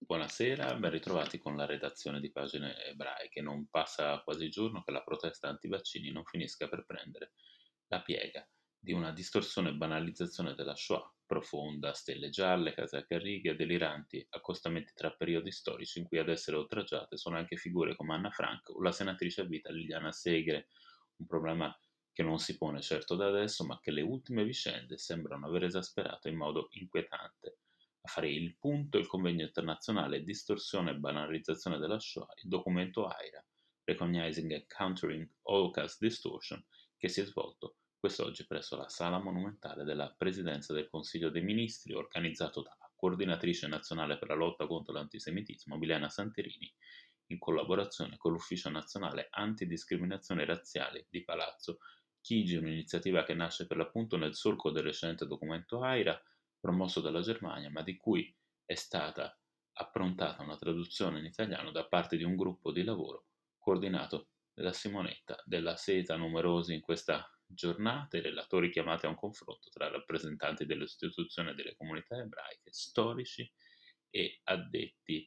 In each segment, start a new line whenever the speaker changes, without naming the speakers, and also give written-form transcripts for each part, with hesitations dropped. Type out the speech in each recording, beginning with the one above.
Buonasera, ben ritrovati con la redazione di Pagine Ebraiche. Non passa quasi giorno che la protesta anti-vaccini non finisca per prendere la piega di una distorsione e banalizzazione della Shoah, profonda, stelle gialle, casacche a righe, deliranti accostamenti tra periodi storici in cui ad essere oltraggiate sono anche figure come Anna Frank o la senatrice a vita Liliana Segre, un problema che non si pone certo da adesso, ma che le ultime vicende sembrano aver esasperato in modo inquietante. A fare il punto il convegno internazionale Distorsione e banalizzazione della Shoah, il documento AIRA, Recognizing and Countering Holocaust Distortion, che si è svolto quest'oggi presso la Sala Monumentale della Presidenza del Consiglio dei Ministri, organizzato dalla Coordinatrice Nazionale per la Lotta contro l'Antisemitismo, Milena Santerini, in collaborazione con l'Ufficio Nazionale Antidiscriminazioni Razziali di Palazzo Chigi, un'iniziativa che nasce per l'appunto nel solco del recente documento AIRA, promosso dalla Germania, ma di cui è stata approntata una traduzione in italiano da parte di un gruppo di lavoro coordinato da Simonetta Della Seta. Numerosi in questa giornata i relatori chiamati a un confronto tra rappresentanti delle istituzioni e delle comunità ebraiche, storici e addetti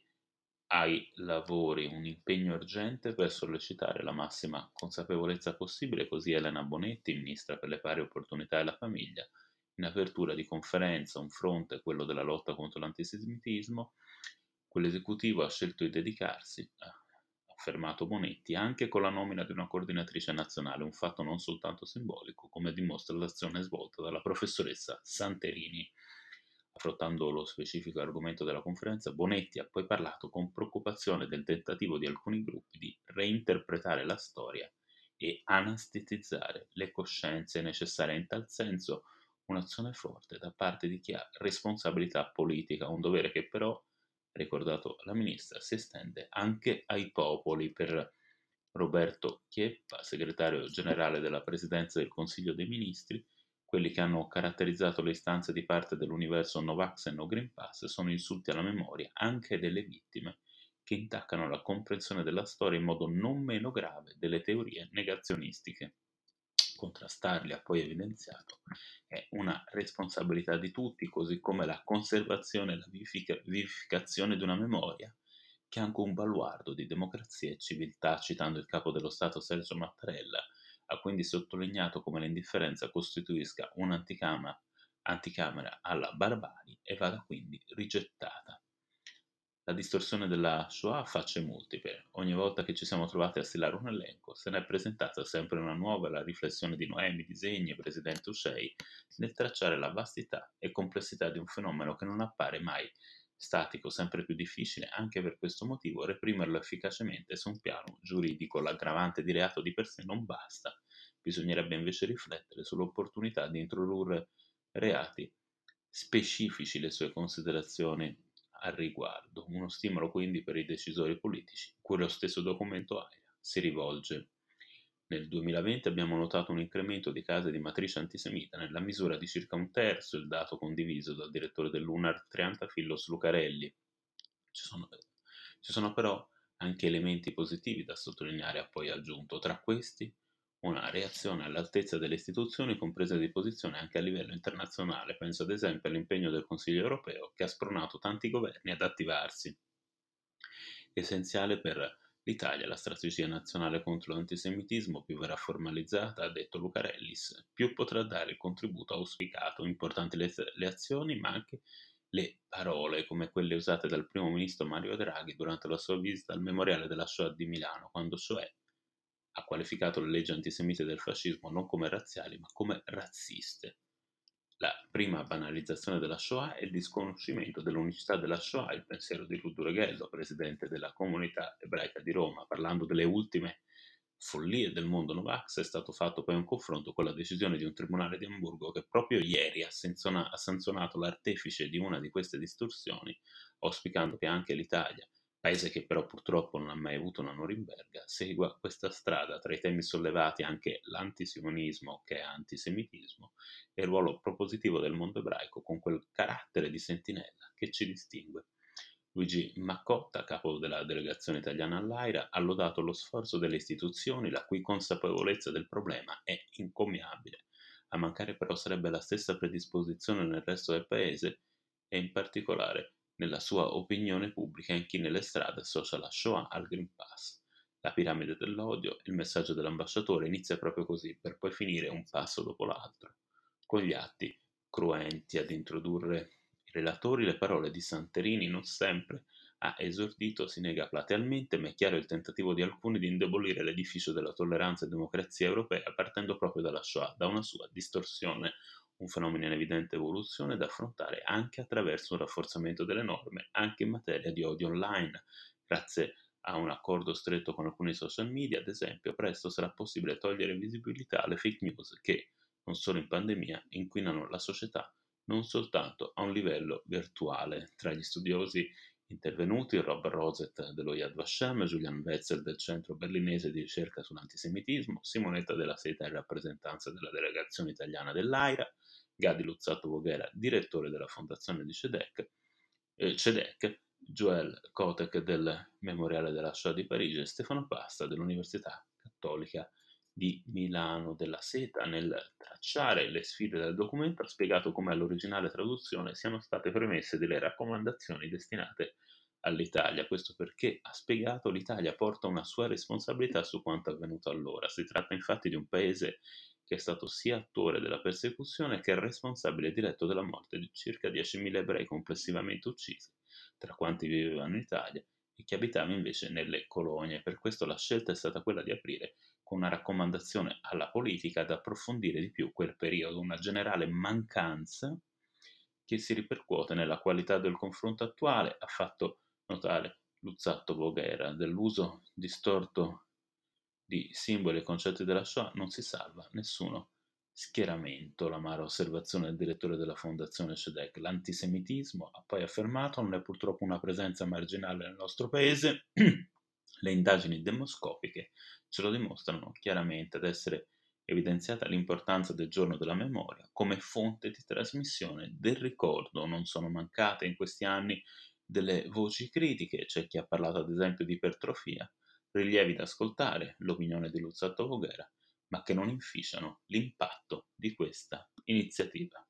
ai lavori, un impegno urgente per sollecitare la massima consapevolezza possibile, così Elena Bonetti, ministra per le pari opportunità e la famiglia, in apertura di conferenza, un fronte, quello della lotta contro l'antisemitismo, quell'esecutivo ha scelto di dedicarsi, ha affermato Bonetti, anche con la nomina di una coordinatrice nazionale, un fatto non soltanto simbolico, come dimostra l'azione svolta dalla professoressa Santerini. Affrontando lo specifico argomento della conferenza, Bonetti ha poi parlato con preoccupazione del tentativo di alcuni gruppi di reinterpretare la storia e anestetizzare le coscienze. È necessaria in tal senso un'azione forte da parte di chi ha responsabilità politica, un dovere che però, ha ricordato la ministra, si estende anche ai popoli. Per Roberto Chieppa, segretario generale della Presidenza del Consiglio dei Ministri, quelli che hanno caratterizzato le istanze di parte dell'universo Novax e No Green Pass sono insulti alla memoria anche delle vittime, che intaccano la comprensione della storia in modo non meno grave delle teorie negazionistiche. Contrastarli, ha poi evidenziato, è una responsabilità di tutti, così come la conservazione e la vivificazione di una memoria che è anche un baluardo di democrazia e civiltà. Citando il capo dello Stato Sergio Mattarella, ha quindi sottolineato come l'indifferenza costituisca un'anticamera alla barbarie e vada quindi rigettata. La distorsione della Shoah ha facce multiple. Ogni volta che ci siamo trovati a stilare un elenco, se ne è presentata sempre una nuova. La riflessione di Noemi Disegni e presidente Ushei nel tracciare la vastità e complessità di un fenomeno che non appare mai statico, sempre più difficile anche per questo motivo reprimerlo efficacemente su un piano giuridico. L'aggravante di reato di per sé non basta, bisognerebbe invece riflettere sull'opportunità di introdurre reati specifici. Le sue considerazioni al riguardo, uno stimolo quindi per i decisori politici, cui lo stesso documento AIRA si rivolge. Nel 2020 abbiamo notato un incremento di casi di matrice antisemita nella misura di circa un terzo, il dato condiviso dal direttore dell'UNAR Triantafillos Lucarelli. Ci sono però anche elementi positivi da sottolineare, ha poi aggiunto, tra questi una reazione all'altezza delle istituzioni con prese di posizione anche a livello internazionale. Penso ad esempio all'impegno del Consiglio europeo che ha spronato tanti governi ad attivarsi. Essenziale per l'Italia la strategia nazionale contro l'antisemitismo più verrà formalizzata, ha detto Lucarellis, più potrà dare il contributo auspicato. Importanti le azioni, ma anche le parole, come quelle usate dal primo ministro Mario Draghi durante la sua visita al memoriale della Shoah di Milano, quando cioè ha qualificato le leggi antisemite del fascismo non come razziali, ma come razziste. La prima banalizzazione della Shoah è il disconoscimento dell'unicità della Shoah, il pensiero di Ludo Reghello, presidente della comunità ebraica di Roma. Parlando delle ultime follie del mondo Novax, è stato fatto poi un confronto con la decisione di un tribunale di Amburgo che proprio ieri ha sanzionato l'artefice di una di queste distorsioni, auspicando che anche l'Italia, paese che però purtroppo non ha mai avuto una Norimberga, segua questa strada. Tra i temi sollevati anche l'antisionismo, che è antisemitismo, e il ruolo propositivo del mondo ebraico, con quel carattere di sentinella che ci distingue. Luigi Maccotta, capo della delegazione italiana all'AIRA, ha lodato lo sforzo delle istituzioni, la cui consapevolezza del problema è incommiabile. A mancare però sarebbe la stessa predisposizione nel resto del paese e in particolare nella sua opinione pubblica in chi nelle strade associa la Shoah al Green Pass. La piramide dell'odio, il messaggio dell'ambasciatore inizia proprio così, per poi finire un passo dopo l'altro, con gli atti cruenti ad introdurre i relatori le parole di Santerini non sempre ha esordito, si nega platealmente, ma è chiaro il tentativo di alcuni di indebolire l'edificio della tolleranza e democrazia europea partendo proprio dalla Shoah, da una sua distorsione, un fenomeno in evidente evoluzione da affrontare anche attraverso un rafforzamento delle norme, anche in materia di odio online. Grazie a un accordo stretto con alcuni social media, ad esempio, presto sarà possibile togliere visibilità alle fake news che, non solo in pandemia, inquinano la società non soltanto a un livello virtuale. Tra gli studiosi intervenuti Rob Rosett dello Yad Vashem, Julian Wetzel del Centro Berlinese di Ricerca sull'Antisemitismo, Simonetta della Seta in rappresentanza della delegazione italiana dell'AIRA, Gadi Luzzato Voghera, direttore della fondazione di CEDEC, Joël Kotek del Memoriale della Shoah di Parigi e Stefano Pasta dell'Università Cattolica di Milano. Della Seta, nel tracciare le sfide del documento, ha spiegato come all'originale traduzione siano state premesse delle raccomandazioni destinate all'Italia. Questo perché, ha spiegato, l'Italia porta una sua responsabilità su quanto avvenuto allora. Si tratta infatti di un paese che è stato sia attore della persecuzione che responsabile diretto della morte di circa 10.000 ebrei complessivamente uccisi, tra quanti vivevano in Italia e chi abitava invece nelle colonie. Per questo la scelta è stata quella di aprire con una raccomandazione alla politica ad approfondire di più quel periodo, una generale mancanza che si ripercuote nella qualità del confronto attuale, ha fatto notare Luzzatto Voghera. Dell'uso distorto di simboli e concetti della Shoah non si salva nessuno schieramento. L'amara osservazione del direttore della fondazione CEDEC. L'antisemitismo, ha poi affermato, non è purtroppo una presenza marginale nel nostro paese. Le indagini demoscopiche ce lo dimostrano chiaramente. Ad essere evidenziata l'importanza del giorno della memoria come fonte di trasmissione del ricordo. Non sono mancate in questi anni delle voci critiche, c'è chi ha parlato ad esempio di ipertrofia, rilievi da ascoltare, l'opinione di Luzzatto Voghera, ma che non inficiano l'impatto di questa iniziativa.